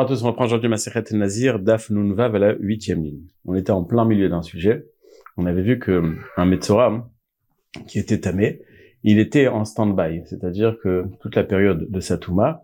Bonjour à tous, on reprend aujourd'hui Masechet Nazir, Daf Nun Vav à la 8e ligne. On était en plein milieu d'un sujet. On avait vu que un Metzora, qui était tamé, il était en stand-by, c'est-à-dire que toute la période de sa Touma,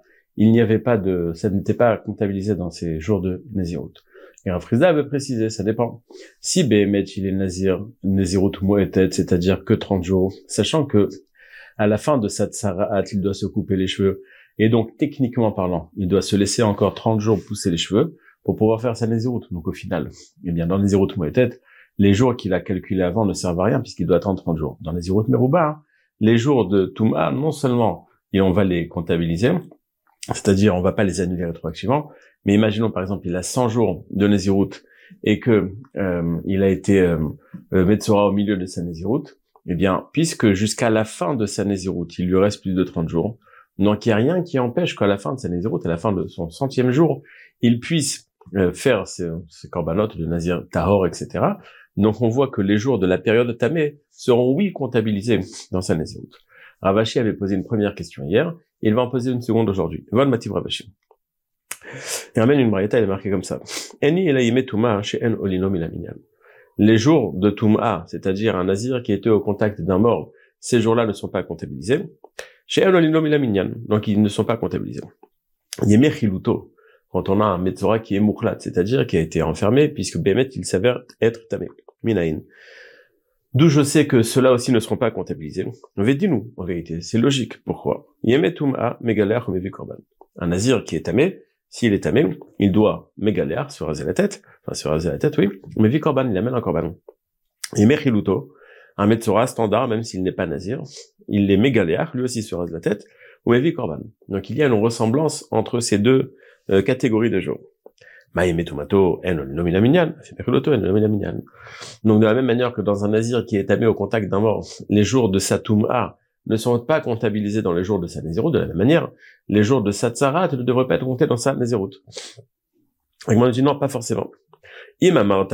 ça n'était pas comptabilisé dans ses jours de Nazirut. Et Rav Frizda avait précisé, ça dépend. Si Behemet, il est Nazirut Moetet, c'est-à-dire que 30 jours, sachant que à la fin de sa Tsarat, il doit se couper les cheveux, et donc, techniquement parlant, il doit se laisser encore 30 jours pousser les cheveux pour pouvoir faire sa Nézirut. Donc, au final, eh bien, dans Nézirut Moetet, les jours qu'il a calculés avant ne servent à rien puisqu'il doit attendre 30 jours. Dans Nézirut Merouba, les jours de Touma, non seulement, et on va les comptabiliser, c'est-à-dire, on va pas les annuler rétroactivement, mais imaginons, par exemple, il a 100 jours de Nézirut et que, il a été, Metzora au milieu de sa Nézirut, eh bien, puisque jusqu'à la fin de sa Nézirut, il lui reste plus de 30 jours, donc il n'y a rien qui empêche qu'à la fin de sa Nézirut, à la fin de son 100e jour, il puisse faire ses corbanotes de Nazir Tahor, etc. Donc on voit que les jours de la période Tamé seront, oui, comptabilisés dans sa Nézirut. Rav Ashi avait posé une première question hier, et il va en poser une seconde aujourd'hui. Vol Mativ Rav Ashi. Il ramène une braïta, il est marqué comme ça. Eni elayime Touma she'en olino minaminyan. Les jours de Touma, c'est-à-dire un Nazir qui était au contact d'un mort, ces jours-là ne sont pas comptabilisés. Chez Olino Milaminyan, donc ils ne sont pas comptabilisés. Yemer Chiluto, quand on a un Metzora qui est Mouklat, c'est-à-dire qui a été enfermé, puisque Bémet, il s'avère être Tamé, Minaïn. D'où je sais que ceux-là aussi ne seront pas comptabilisés. Dis-nous, en vérité, c'est logique. Pourquoi? Yemetum Megaler Mevi Korban. Un Nazir qui est Tamé, s'il est Tamé, il doit Megaler, se raser la tête, oui, Mevi Korban, il amène un Korban. Yemer Chiluto, un Metzora standard, même s'il n'est pas Nazir, il est mégaléach, lui aussi se rase la tête, ou Evi Korban. Donc il y a une ressemblance entre ces deux catégories de jours. Maïmetumato, en nominaminyan, en nominaminyan. Donc de la même manière que dans un Nazir qui est tamé au contact d'un mort, les jours de sa Touma ne sont pas comptabilisés dans les jours de sa Nézirut, de la même manière, les jours de sa Tsarat ne devraient pas être comptés dans sa Nézirut. Et moi je dis non, pas forcément. Alors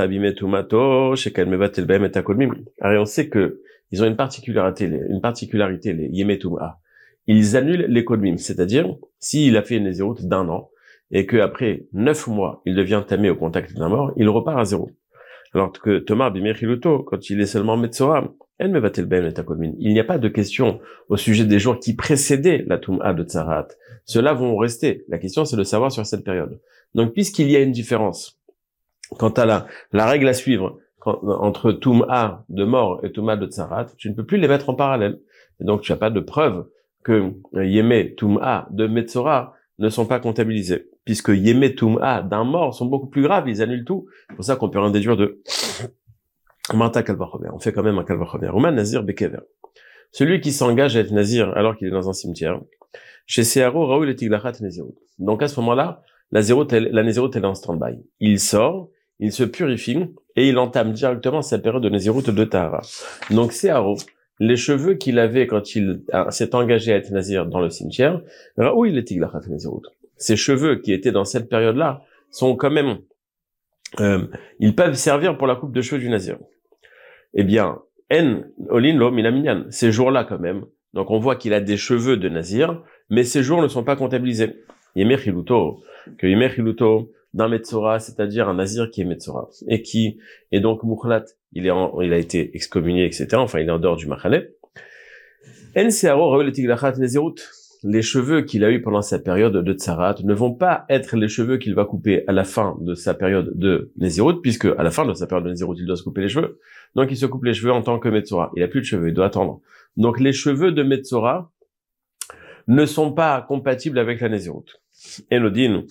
on sait que ils ont une particularité, les Yemetum'a. Ils annulent les Kodmim, c'est-à-dire, s'il a fait une Nézirut d'un an, et qu'après 9 mois, il devient tamé au contact d'un mort, il repart à zéro. Alors que Thomas Bimechiluto, quand il est seulement Metzora, il n'y a pas de question au sujet des jours qui précédaient la Tum'a de Tsarat. Ceux-là vont rester. La question, c'est de savoir sur cette période. Donc, puisqu'il y a une différence, quant à la règle à suivre entre Touma de mort et Touma de Tsarat, tu ne peux plus les mettre en parallèle. Et donc, tu n'as pas de preuve que Yémé Touma de Metzora ne sont pas comptabilisés. Puisque Yémé Touma d'un mort sont beaucoup plus graves, ils annulent tout. C'est pour ça qu'on peut en déduire de Marta Kalvachomer. On fait quand même un Kalvachomer. Ouman Nazir Bekever. Celui qui s'engage à être Nazir alors qu'il est dans un cimetière. Chez Searo, Raoul et Tiglachat Nézirut. Donc à ce moment-là, la Nézirut elle est en stand-by. Il sort, il se purifie, et il entame directement sa période de Nézirut de Tahara. Donc Searo, les cheveux qu'il avait quand il s'est engagé à être Nazir dans le cimetière, Raoul et Tiglachat Nézirut. Ces cheveux qui étaient dans cette période-là sont quand même, ils peuvent servir pour la coupe de cheveux du Nazir. Eh bien, En Olin Lo Minaminyan, ces jours-là quand même. Donc on voit qu'il a des cheveux de Nazir, mais ces jours ne sont pas comptabilisés. Yemer Chiluto, d'un Metzora, c'est-à-dire un Nazir qui est Metzora, et qui est donc Mukhlat, il a été excommunié, etc. Enfin, il est en dehors du Machane. En Searo Raoul Tiglachat Nezirut, les cheveux qu'il a eu pendant sa période de Tsarat ne vont pas être les cheveux qu'il va couper à la fin de sa période de Nézirut, puisque à la fin de sa période de Nézirut, il doit se couper les cheveux. Donc il se coupe les cheveux en tant que Metzora. Il a plus de cheveux, il doit attendre. Donc les cheveux de Metzora ne sont pas compatibles avec la Nézirut. Elodin,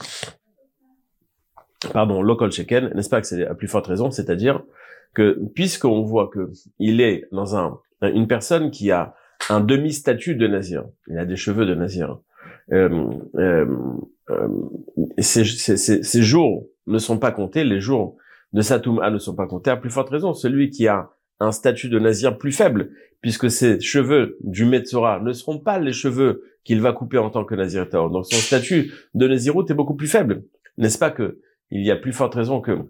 Lokol Sheken, n'est-ce pas que c'est à plus forte raison, c'est-à-dire que puisqu'on voit que il est dans une personne qui a un demi-statut de Nazir, il a des cheveux de Nazir, ces jours ne sont pas comptés, les jours de Satouma ne sont pas comptés, à plus forte raison, celui qui a un statut de Nazir plus faible, puisque ses cheveux du Metzora ne seront pas les cheveux qu'il va couper en tant que Nazir Taor. Donc son statut de Nazirut est beaucoup plus faible. N'est-ce pas que il y a plus forte raison que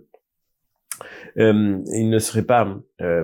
il ne serait pas,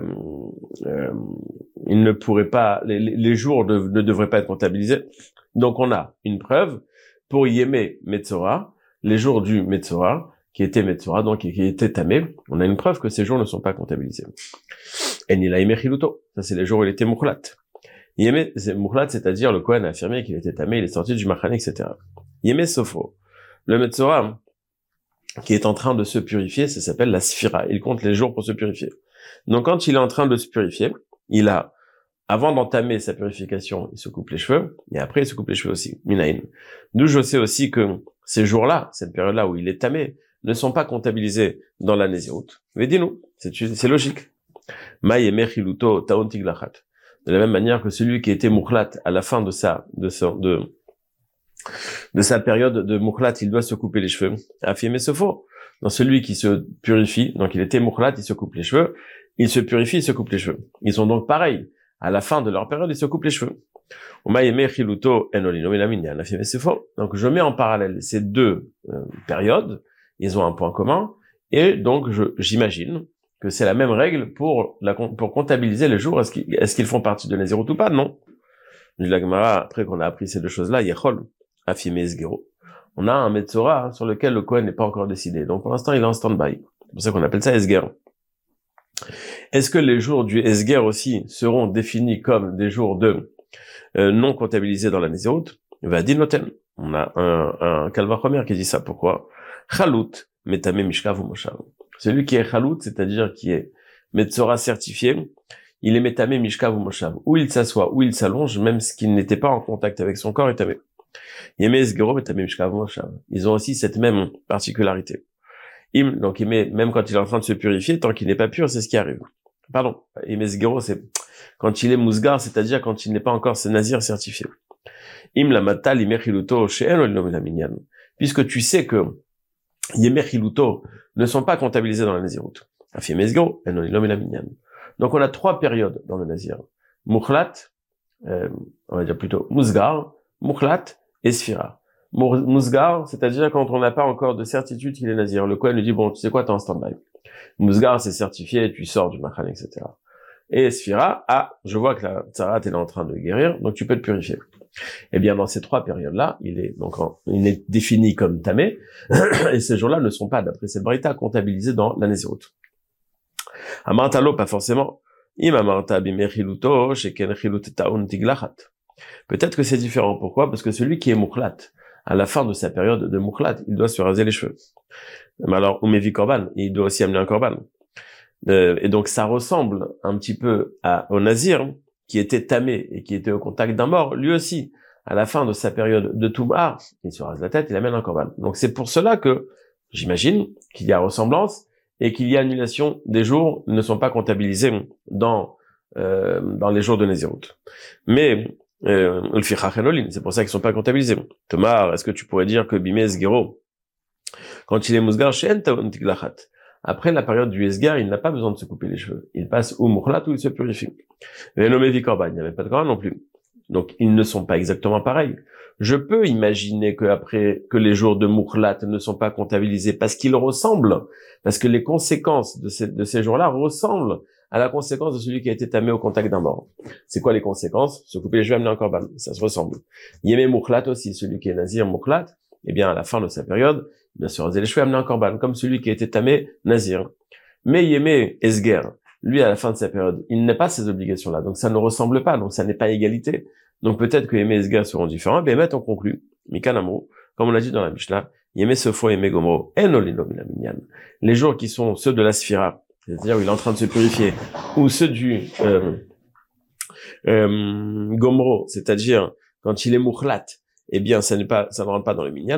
il ne pourrait pas, les jours ne devraient pas être comptabilisés. Donc on a une preuve pour Yémé Metzora, les jours du Metzora, qui était Metzora, donc qui était tamé, on a une preuve que ces jours ne sont pas comptabilisés. Enila Yeme Chiluto, ça c'est les jours où il était Mukhlat. Yeme, c'est Mukhlat, c'est-à-dire le Kohen a affirmé qu'il était tamé, il est sorti du Machane, etc. Yeme Sofo, le Metzora, qui est en train de se purifier, ça s'appelle la Sphira. Il compte les jours pour se purifier. Donc quand il est en train de se purifier, il a, avant d'entamer sa purification, il se coupe les cheveux, et après il se coupe les cheveux aussi. Minaïn. D'où je sais aussi que ces jours-là, cette période-là où il est tamé, ne sont pas comptabilisés dans la Nézirut. Mais dis-nous, c'est logique. Maï emechiluto taontiglachat. De la même manière que celui qui était mukhlat à la fin de sa période de mukhlat, il doit se couper les cheveux. Affirmé ce faux. Dans celui qui se purifie, donc il était mukhlat, il se coupe les cheveux, il se purifie, il se coupe les cheveux. Ils sont donc pareils. À la fin de leur période, ils se coupent les cheveux. Donc je mets en parallèle ces deux périodes, ils ont un point commun, et donc j'imagine que c'est la même règle pour comptabiliser les jours. Est-ce qu'ils font partie de Nézirut ou pas? Non. La Gemara, après qu'on a appris ces deux choses-là, Yechol, Afime Esgero. On a un Metzora sur lequel le Kohen n'est pas encore décidé. Donc pour l'instant, il est en stand-by. C'est pour ça qu'on appelle ça Esger. Est-ce que les jours du Esger aussi seront définis comme des jours de non comptabilisés dans la Nézirut? Va dire Noten. On a un Kalvachomer qui dit ça. Pourquoi? Chalut, Metame Mishkav ou Moshav. Celui qui est Chalut, c'est-à-dire qui est Metzora certifié, il est Metame Mishkav ou Moshav. Où il s'assoit, où il s'allonge, même s'il n'était pas en contact avec son corps, est tamé. Yeme Esgero, Metame Mishkav ou Moshav. Ils ont aussi cette même particularité. Donc même quand il est en train de se purifier, tant qu'il n'est pas pur, c'est ce qui arrive. Pardon, Emesgero, c'est quand il est mousgar, c'est-à-dire quand il n'est pas encore ce nazir certifié. La matal imechiluto she'en. Puisque tu sais que yemechiluto ne sont pas comptabilisés dans la nazirut. Donc on a trois périodes dans le nazir. Mukhlat, on va dire plutôt mousgar, mukhlat et sphira. Mousgar, c'est-à-dire quand on n'a pas encore de certitude qu'il est nazir. Le Kohen lui dit, bon, tu sais quoi, t'es en stand-by. Mousgar, c'est certifié, tu sors du Machan, etc. Et Sphira, je vois que la Tzarat est en train de guérir, donc tu peux te purifier. Eh bien, dans ces trois périodes-là, il est défini comme tamé, et ces jours-là ne sont pas, d'après cette braïta, comptabilisés dans la Nézirut. Amartalo, pas forcément. Peut-être que c'est différent. Pourquoi? Parce que celui qui est mukhlat, à la fin de sa période de mukhlat, il doit se raser les cheveux. Mais alors, Umevi Korban, il doit aussi amener un Korban. Et donc, ça ressemble un petit peu au Nazir, qui était tamé et qui était au contact d'un mort. Lui aussi, à la fin de sa période de Toum'a, il se rase la tête, il amène un Korban. Donc, c'est pour cela que, j'imagine, qu'il y a ressemblance et qu'il y a annulation des jours ne sont pas comptabilisés dans les jours de Nézirut. Mais, c'est pour ça qu'ils sont pas comptabilisés. Thomas, est-ce que tu pourrais dire que Bimé Esgero, quand il est mousgar, après la période du Esgar, il n'a pas besoin de se couper les cheveux. Il passe au Mukhlat où il se purifie. Les nommés Vikorban, il n'y avait pas de Korban non plus. Donc, ils ne sont pas exactement pareils. Je peux imaginer que les jours de Mukhlat ne sont pas comptabilisés parce qu'ils ressemblent, parce que les conséquences de ces jours-là ressemblent à la conséquence de celui qui a été tamé au contact d'un mort. C'est quoi les conséquences? Se couper les cheveux, amener un Korban. Ça se ressemble. Yémé Mukhlat aussi, celui qui est nazir Mukhlat, eh bien, à la fin de sa période, il doit se raser les cheveux, amener un Korban, comme celui qui a été tamé nazir. Mais Yémé Esger, lui, à la fin de sa période, il n'a pas ces obligations-là. Donc, ça ne ressemble pas. Donc, ça n'est pas égalité. Donc, peut-être que Yémé Esger seront différents. Mais on conclut. Mikanamo, comme on l'a dit dans la Mishnah, Yémé Sofo, Yémé Gomro, Enolino Minaminyan. Les jours qui sont ceux de la Sphira, c'est-à-dire où il est en train de se purifier, ou ceux du Gomro, c'est-à-dire quand il est Mukhlat, eh bien, ça ne rentre pas dans le minyan.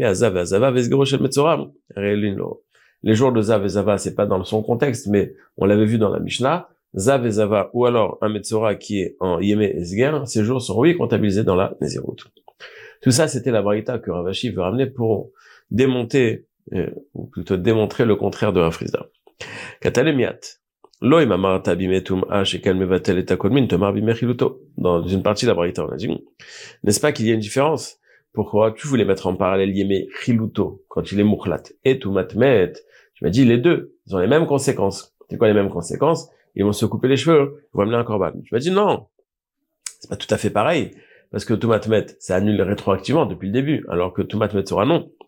Les jours de Zav et Zava, c'est pas dans son contexte, mais on l'avait vu dans la Mishnah. Zav et Zava, ou alors un Metzora qui est en Yémé Esger, ces jours sont, oui, comptabilisés dans la Nézirut. Tout ça, c'était la braïta que Rav Ashi veut ramener pour démonter, ou plutôt démontrer le contraire de Rav Frisda. Katalemiat. Dans une partie de la braïta, on a dit, n'est-ce pas qu'il y a une différence? Pourquoi tu voulais mettre en parallèle Yémé Chiluto, quand il est Mukhlat, et Tumatmet? Tu m'as dit les deux, ils ont les mêmes conséquences. C'est quoi les mêmes conséquences? Ils vont se couper les cheveux, ils vont amener un Korban. Tu m'as dit non, c'est pas tout à fait pareil, parce que Tumatmet, ça annule rétroactivement depuis le début, alors que Tumatmet sera non.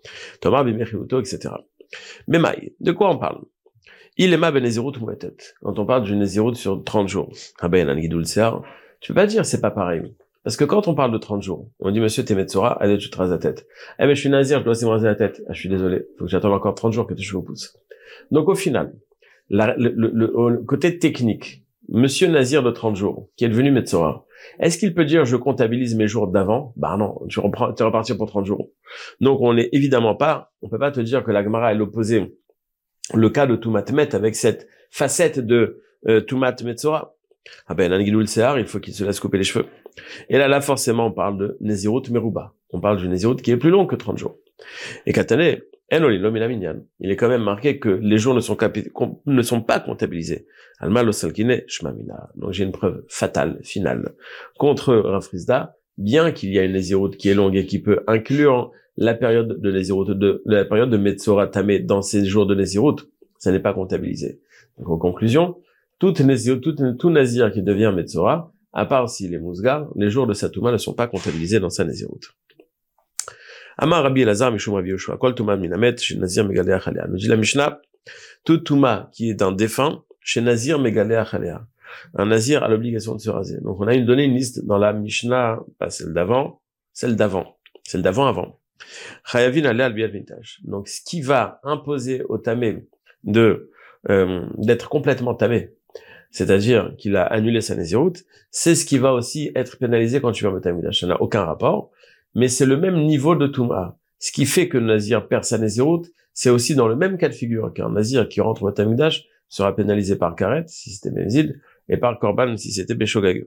Tomar bimechiluto, etc. Mais maï, de quoi on parle? Il est ma benezirut mouetet. Quand on parle du nezirut sur 30 jours, ah ben, un guidoul sear, tu peux pas dire c'est pas pareil. Parce que quand on parle de 30 jours, on dit, monsieur, t'es Metzora, allez, tu te rases la tête. Eh ben, je suis nazir, je dois aussi me raser la tête. Ah, je suis désolé. Faut que j'attende encore 30 jours que tes cheveux poussent. Donc, au final, le côté technique, monsieur nazir de 30 jours, qui est devenu Metzora, est-ce qu'il peut dire, je comptabilise mes jours d'avant? Bah non, tu repartir pour 30 jours. Donc, on est évidemment pas, on peut pas te dire que la Gemara est l'opposé. Le cas de Tumat Met avec cette facette de Tumat Metzora. Ah ben, l'Anguiloul Sehar, il faut qu'il se laisse couper les cheveux. Et là, forcément, on parle de Nezirut Meruba. On parle du Nezirut qui est plus long que 30 jours. Et Katane, il est quand même marqué que les jours ne sont pas comptabilisés. Alma lo salkine shmamina. Donc j'ai une preuve fatale, finale, contre Rafrizda, bien qu'il y a une Nezirut qui est longue et qui peut inclure la période de Nezirut la période de Metzora Tamé dans ces jours de Nezirut, ça n'est pas comptabilisé. Donc en conclusion, tout Nazir qui devient Metzora, à part s'il est Mousgar, les jours de sa Touma ne sont pas comptabilisés dans sa Nezirut. Amar Rabbi Elazar Mishum Rabbi Yoshua, Kol Touma Minamet, chez Nazir Megalea Chalea. Nous dit la Mishnah, toute Touma qui est d'un défunt, chez Nazir Megalea Chalea. Un Nazir a l'obligation de se raser. Donc on a donné une liste dans la Mishnah, pas celle d'avant, celle d'avant. Chayavin Alea al Bial Vintage. Donc ce qui va imposer au Tamé d'être complètement Tamé, c'est-à-dire qu'il a annulé sa Nézirut, c'est ce qui va aussi être pénalisé quand tu vas au Beth Amikdash. Ça n'a aucun rapport, mais c'est le même niveau de Touma. Ce qui fait que le Nazir perd sa Nézirut, c'est aussi dans le même cas de figure qu'un Nazir qui rentre au Beth Amikdash sera pénalisé par Karet, si c'était Bézid, et par Korban, si c'était Béchogag.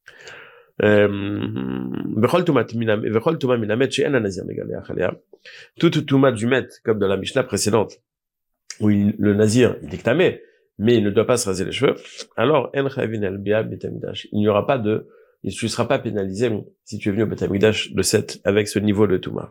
Toute Touma du Met, comme dans la Mishnah précédente, où le Nazir, il est tamé, mais il ne doit pas se raser les cheveux, alors, il n'y aura pas tu ne seras pas pénalisé si tu es venu au Beth Amikdash de 7 avec ce niveau de Touma.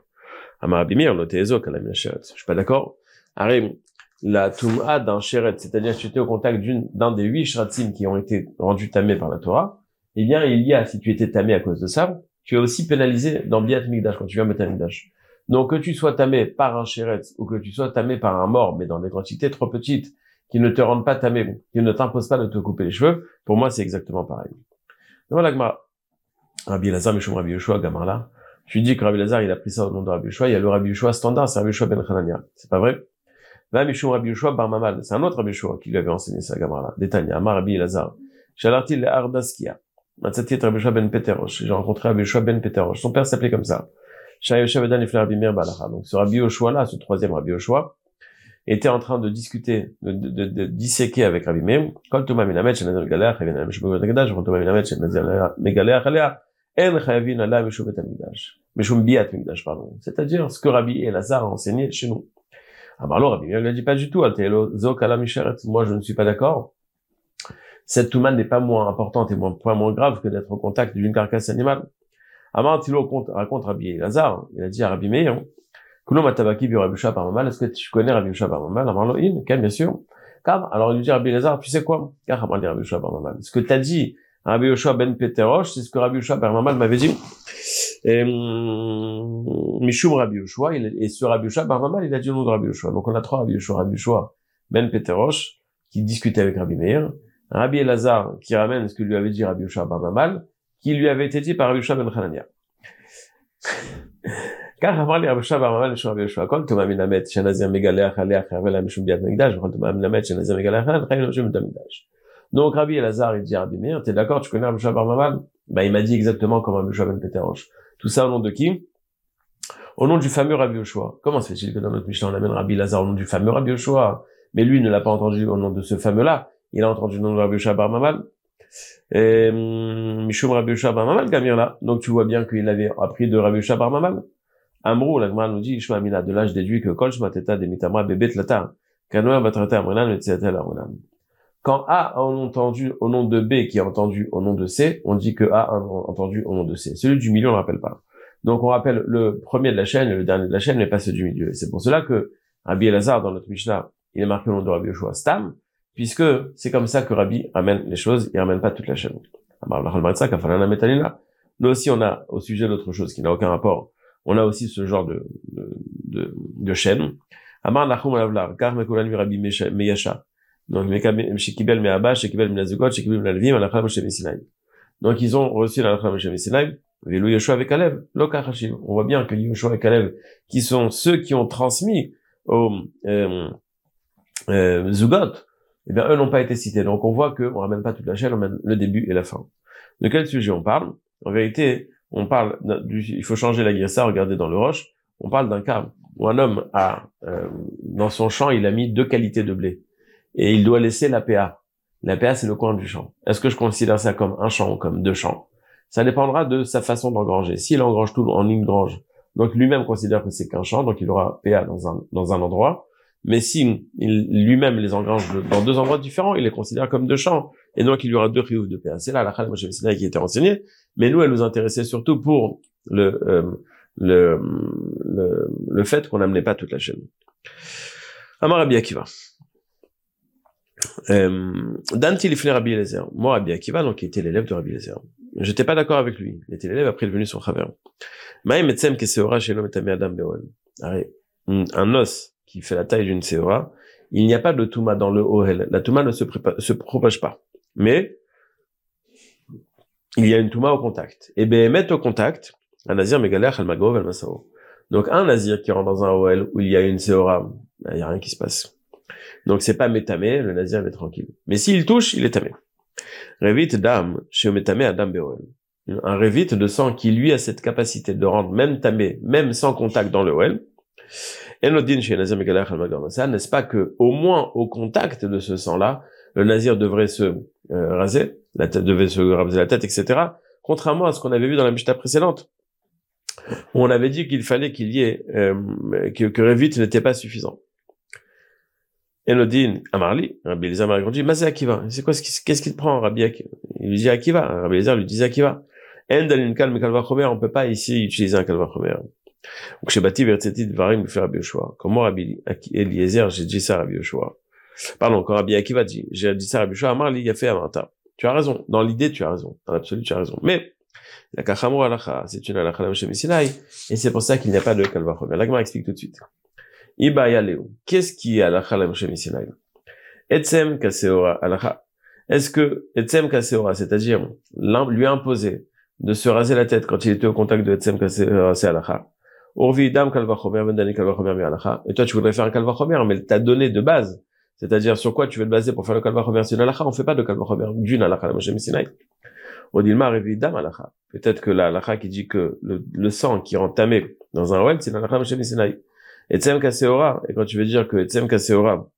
Je suis pas d'accord. La Touma d'un Sheret, c'est-à-dire que tu étais au contact d'un des 8 Shratzim qui ont été rendus tamés par la Torah, eh bien, si tu étais tamé à cause de ça, tu es aussi pénalisé dans Biat Mikdash quand tu viens au Beth Amikdash. Donc, que tu sois tamé par un Sheret ou que tu sois tamé par un mort, mais dans des quantités trop petites, qui ne te rendent pas tamé, qui ne t'imposent pas de te couper les cheveux, pour moi, c'est exactement pareil. Donc, la Gemara, Rabbi Elazar, Mishum Rabbi Yoshua, Gamarla, tu dis que Rabbi Elazar, il a pris ça au nom de Rabbi Yoshua, il y a le Rabbi Yoshua standard, c'est Rabbi Yoshua ben Hanania. C'est pas vrai? Va Mishum Rabbi Yoshua bar Mamal, c'est un autre Rabbi Yoshua qui lui avait enseigné ça, Gamarla. Détaillé, Amar Rabbi Elazar. Shalarti le Ardaskia. Matzati Rabbi Yoshua ben Peterosh. J'ai rencontré Rabbi Yoshua ben Peterosh. Son père s'appelait comme ça. Shaya Yoshua Vedan Ifla Rabbi Meir Balacha. Donc, ce Rabbi Yoshua là, ce troisième Rabbi Yoshua, était en train de discuter, de disséquer avec Rabbi Meir. Kol Touma Minamet, chez Nazir Megalea, Chavin Ala Mishum Bet Amikdash, Kol Touma Minamet, chez Nazir Megalea Chalea, En Chavin Ala Mishum Bet Amikdash. Mishum Biat Mikdash, pardon. C'est-à-dire ce que Rabbi Elazar a enseigné chez nous. Alors, Rabbi Meir ne dit pas du tout, Altelo Zok Ala Misheret. Moi, je ne suis pas d'accord. Cette Touma n'est pas moins importante et pas moins grave que d'être au contact d'une carcasse animale. Amar Tilo raconte Rabbi Elazar. Il a dit à Rabbi Meir, Kulo Matabaki bi Rabbi Yoshua par Mamal, est-ce que tu connais Rabbi Yoshua par Mamal? Amar in, bien sûr. Car, alors il lui dit Rabbi Elazar, tu sais quoi? Car Amar dit Rabbi Yoshua par Mamal. Ce que t'as dit, Rabbi Yoshua ben Peterosh, c'est ce que Rabbi Yoshua par Mamal m'avait dit. Mishum Rabbi Yoshua, et ce Rabbi Yoshua par Mamal, il a dit au nom de Rabbi Yoshua. Donc on a trois Rabbi Yoshua ben Peterosh, qui discutait avec Rabbi Meir. Rabbi Elazar, qui ramène ce que lui avait dit Rabbi Yoshua par Mamal, qui lui avait été dit par Rabbi Yoshua ben Hanania. Car avant les Rabbi Yoshua bar Mamal, Rabbi Yoshua, Kol Touma Minamet, chez Nazir Megalea Chalea, Chavela Mishum Biat Mikdash, Kol Touma Minamet, chez Nazir Megalea Chalea, Chavela Mishum Biat Mikdash. Donc Rabbi Elazar, il dit à Rabbi Meir, t'es d'accord, tu connais Rabbi Yoshua bar Mamal? Il m'a dit exactement comme Rabbi Yoshua ben Peterosh. Tout ça au nom de qui? Au nom du fameux Rabbi Yoshua. Comment se fait-il que dans notre Mishnah, on amène Rabbi Elazar au nom du fameux Rabbi Yoshua? Mais lui ne l'a pas entendu au nom de ce fameux-là. Il a entendu le nom de Rabbi Yoshua bar Mamal. Mishum Rabbi Yoshua bar Mamal, Gamir là. Donc tu vois bien qu'il avait appris de Rabbi Yoshua bar Mamal. Amrou, la Gemara nous dit, Ishma Amina, de là je déduis que Kol Shmateta de Mitamra Bebet Lata, Kanoa Batrata Amrenan, etc. Quand A a entendu au nom de B qui a entendu au nom de C, on dit que A a entendu au nom de C. Celui du milieu, on ne rappelle pas. Donc on rappelle le premier de la chaîne et le dernier de la chaîne, mais pas celui du milieu. Et c'est pour cela que Rabbi Elazar, dans notre Mishnah, il est marqué au nom de Rabbi Yoshua Stam, puisque c'est comme ça que Rabbi ramène les choses, il ramène pas toute la chaîne. Nous aussi, on a au sujet d'autre chose qui n'a aucun rapport. on a aussi ce genre de chaîne. Amar Nachum Alavlar, Kar Mekulan Rabbi Meyasha. Donc, Shekibel Me'aba, Shekibel Me'azugot, Shekibel Me'alvim, Alakha Moshe Sinai. Donc, ils ont reçu l'Alakha Moshe Sinai, Velo Yoshua avec Kalev, Loka Hashim. On voit bien que Yoshua et Kalev, qui sont ceux qui ont transmis aux Zugot, eh bien, eux n'ont pas été cités. Donc, on voit qu'on ramène pas toute la chaîne, on ramène le début et la fin. De quel sujet on parle? En vérité, on parle il faut changer la Girsa, regardez dans le Roche, on parle d'un cas où un homme a, dans son champ, il a mis 2 qualités de blé. Et il doit laisser l'APA. L'APA, c'est le coin du champ. Est-ce que je considère ça comme un champ ou comme 2 champs? Ça dépendra de sa façon d'engranger. S'il engrange tout en une grange, donc lui-même considère que c'est qu'un champ, donc il aura PA dans un endroit. Mais si lui-même les engrange dans 2 endroits différents, il les considère comme 2 champs. Et donc il y aura 2 rioufs de PA. C'est là la Khalem Moshe Sinai qui était renseignée. Mais nous, elle nous intéressait surtout pour le fait qu'on n'amenait pas toute la chaîne. Amar Rabbi Akiva. Danti Lifnei Rabbi Eliezer. Moi, Rabbi Akiva, donc, qui était l'élève de Rabbi Eliezer. J'étais pas d'accord avec lui. Il était l'élève, après il est devenu son chaver. Maïm etzem keseora shelo metame adam be'oel. Un os qui fait la taille d'une seora, il n'y a pas de touma dans le ohel. La touma ne se propage pas. Mais, il y a une touma au contact. Et behemet au contact, un nazir megalech al magov al masao. Donc, un nazir qui rentre dans un ohel où il y a une seora, il n'y a rien qui se passe. Donc c'est pas métamé, le nazir est tranquille. Mais s'il touche, il est tamé. Revit dam, chez métamé adam beoel. Un revit de sang qui lui a cette capacité de rendre même tamé, même sans contact dans le oel. Enodin chez nazir megalach al magamasa, n'est-ce pas que au moins au contact de ce sang-là, le nazir devrait se raser, la tête devait se raser la tête, etc. Contrairement à ce qu'on avait vu dans la Mishnah précédente, où on avait dit qu'il fallait qu'il y ait que revit n'était pas suffisant. Enodin Amarli, Rabbi Eliezer m'a répondu, Mazé Akiva. C'est quoi, qu'est-ce qu'il prend, Rabbi Akiva? Il lui dit Akiva. Rabbi Eliezer lui disait Akiva. Endalin kalme kalva chomer, on peut pas ici utiliser un kalva chomer. Donc, chez Bati, Verteti, Varim, lui fait Rabbi Yoshua. Comment Rabbi Eliezer, j'ai dit ça à Rabbi Yoshua. Pardon, quand Rabbi Akiva dit, j'ai dit ça à Rabbi Yoshua, Amarli, il a fait Amarta. Tu as raison. Dans l'idée, tu as raison. Dans l'absolu, tu as raison. Mais, la kachamor alacha, c'est une alacha la Moshe Sinai, et c'est pour ça qu'il n'y a pas de kalva chomer. L'Agma explique tout de suite. Iba yaleu. Qu'est-ce qui est alacha la Moshe Sinai? Etzem kaseora alacha. Est-ce que etzem kaseora, c'est-à-dire lui imposer de se raser la tête quand il était au contact de etzem kaseora, c'est alacha. Urvi dam kalva chomer, vendani kalva chomer mi alacha. Et toi, tu voudrais faire un kalva chomer, mais t'as donné de base. C'est-à-dire sur quoi tu veux te baser pour faire le kalva chomer? C'est une alacha. On fait pas de kalva chomer d'une alacha la Moshe Sinai. Odilma revi dam alacha. Peut-être que la alacha qui dit que le sang qui rentre tamé dans un ouel, c'est l'alacha Moshe Sinai. Etzem kaseora, et quand tu veux dire que etzem kaseora,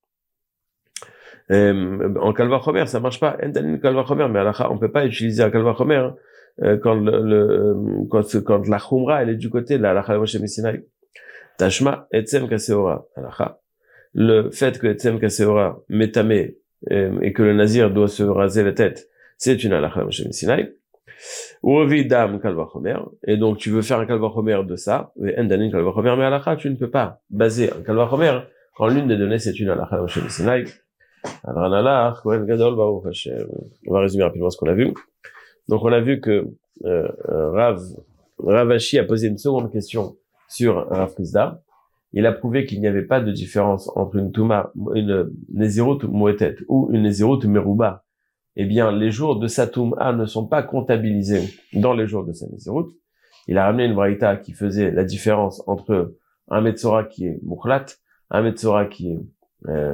en kalva chomer, ça marche pas. Endalin kalva chomer, mais alacha, on peut pas utiliser un kalva chomer, quand quand la chumra, elle est du côté de la alacha Moshe Sinai. Tashma, etzem kaseora, alacha. Le fait que etzem kaseora, métamé, et que le nazir doit se raser la tête, c'est une alacha Moshe Sinai. Urevi dam kalva chomer, et donc tu veux faire un kalva chomer de ça, mais endanin kalva chomer, mais alacha, tu ne peux pas baser un kalva chomer quand l'une des données c'est une alacha Moshe Sinai. Alors Kohen Gadol Baruch Hashem. On va résumer rapidement ce qu'on a vu. Donc on a vu que Rav Ashi a posé une seconde question sur Rav Prizda. Il a prouvé qu'il n'y avait pas de différence entre une Nézirut Moetet ou une Nézirut Meruba. Eh bien, les jours de sa Touma ne sont pas comptabilisés dans les jours de sa Nézirut. Il a ramené une braïta qui faisait la différence entre un Metzora qui est Mukhlat, un Metzora qui est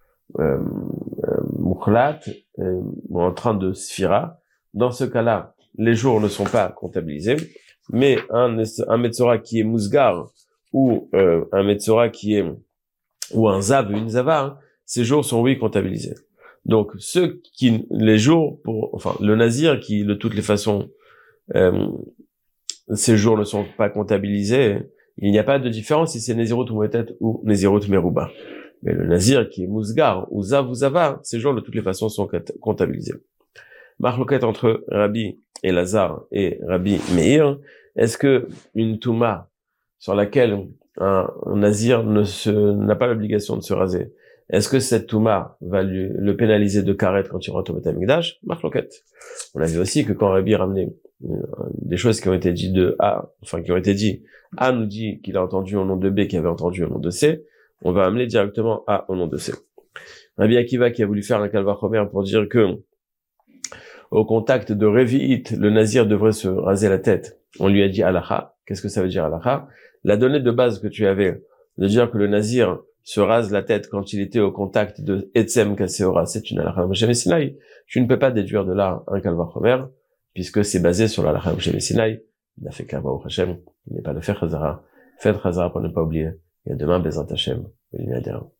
Mukhlat, en train de Sphira. Dans ce cas-là, les jours ne sont pas comptabilisés, mais un Metzora qui est Musgar, ou un Metzora qui est, ou un Zav, une Zava, hein, ces jours sont oui comptabilisés. Donc, les jours le Nazir qui, de toutes les façons, ces jours ne sont pas comptabilisés, il n'y a pas de différence si c'est Nézirut Moetet ou Nézirut Meruba. Mais le Nazir qui est Musgar ou Zav ou Zava, ces jours de toutes les façons sont comptabilisés. Marloquette entre Rabbi Elazar et Rabbi Meir, est-ce que une Touma sur laquelle un Nazir n'a pas l'obligation de se raser, Est-ce que cette Touma va le pénaliser de karet quand il rentre au Beth Amikdash? Marloquette. On a vu aussi que quand Rabbi ramenait des choses qui ont été dites de A, enfin qui ont été dites, A nous dit qu'il a entendu au nom de B, qui avait entendu au nom de C, on va amener directement A au nom de C. Rabbi Akiva qui a voulu faire un calvachomer pour dire que au contact de Revi'it, le nazir devrait se raser la tête. On lui a dit halacha. Qu'est-ce que ça veut dire halacha? La donnée de base que tu avais, de dire que le nazir se rase la tête quand il était au contact de Etzem Kaseora, c'est une halacha Moshe Sinai. Tu ne peux pas déduire de là un calvachomer, puisque c'est basé sur la halacha Moshe Sinai. Il n'a fait qu'un Baruch Hashem. Il n'est pas de faire chazara. Faites chazara pour ne pas oublier. Et demain, Bezrat Hashem.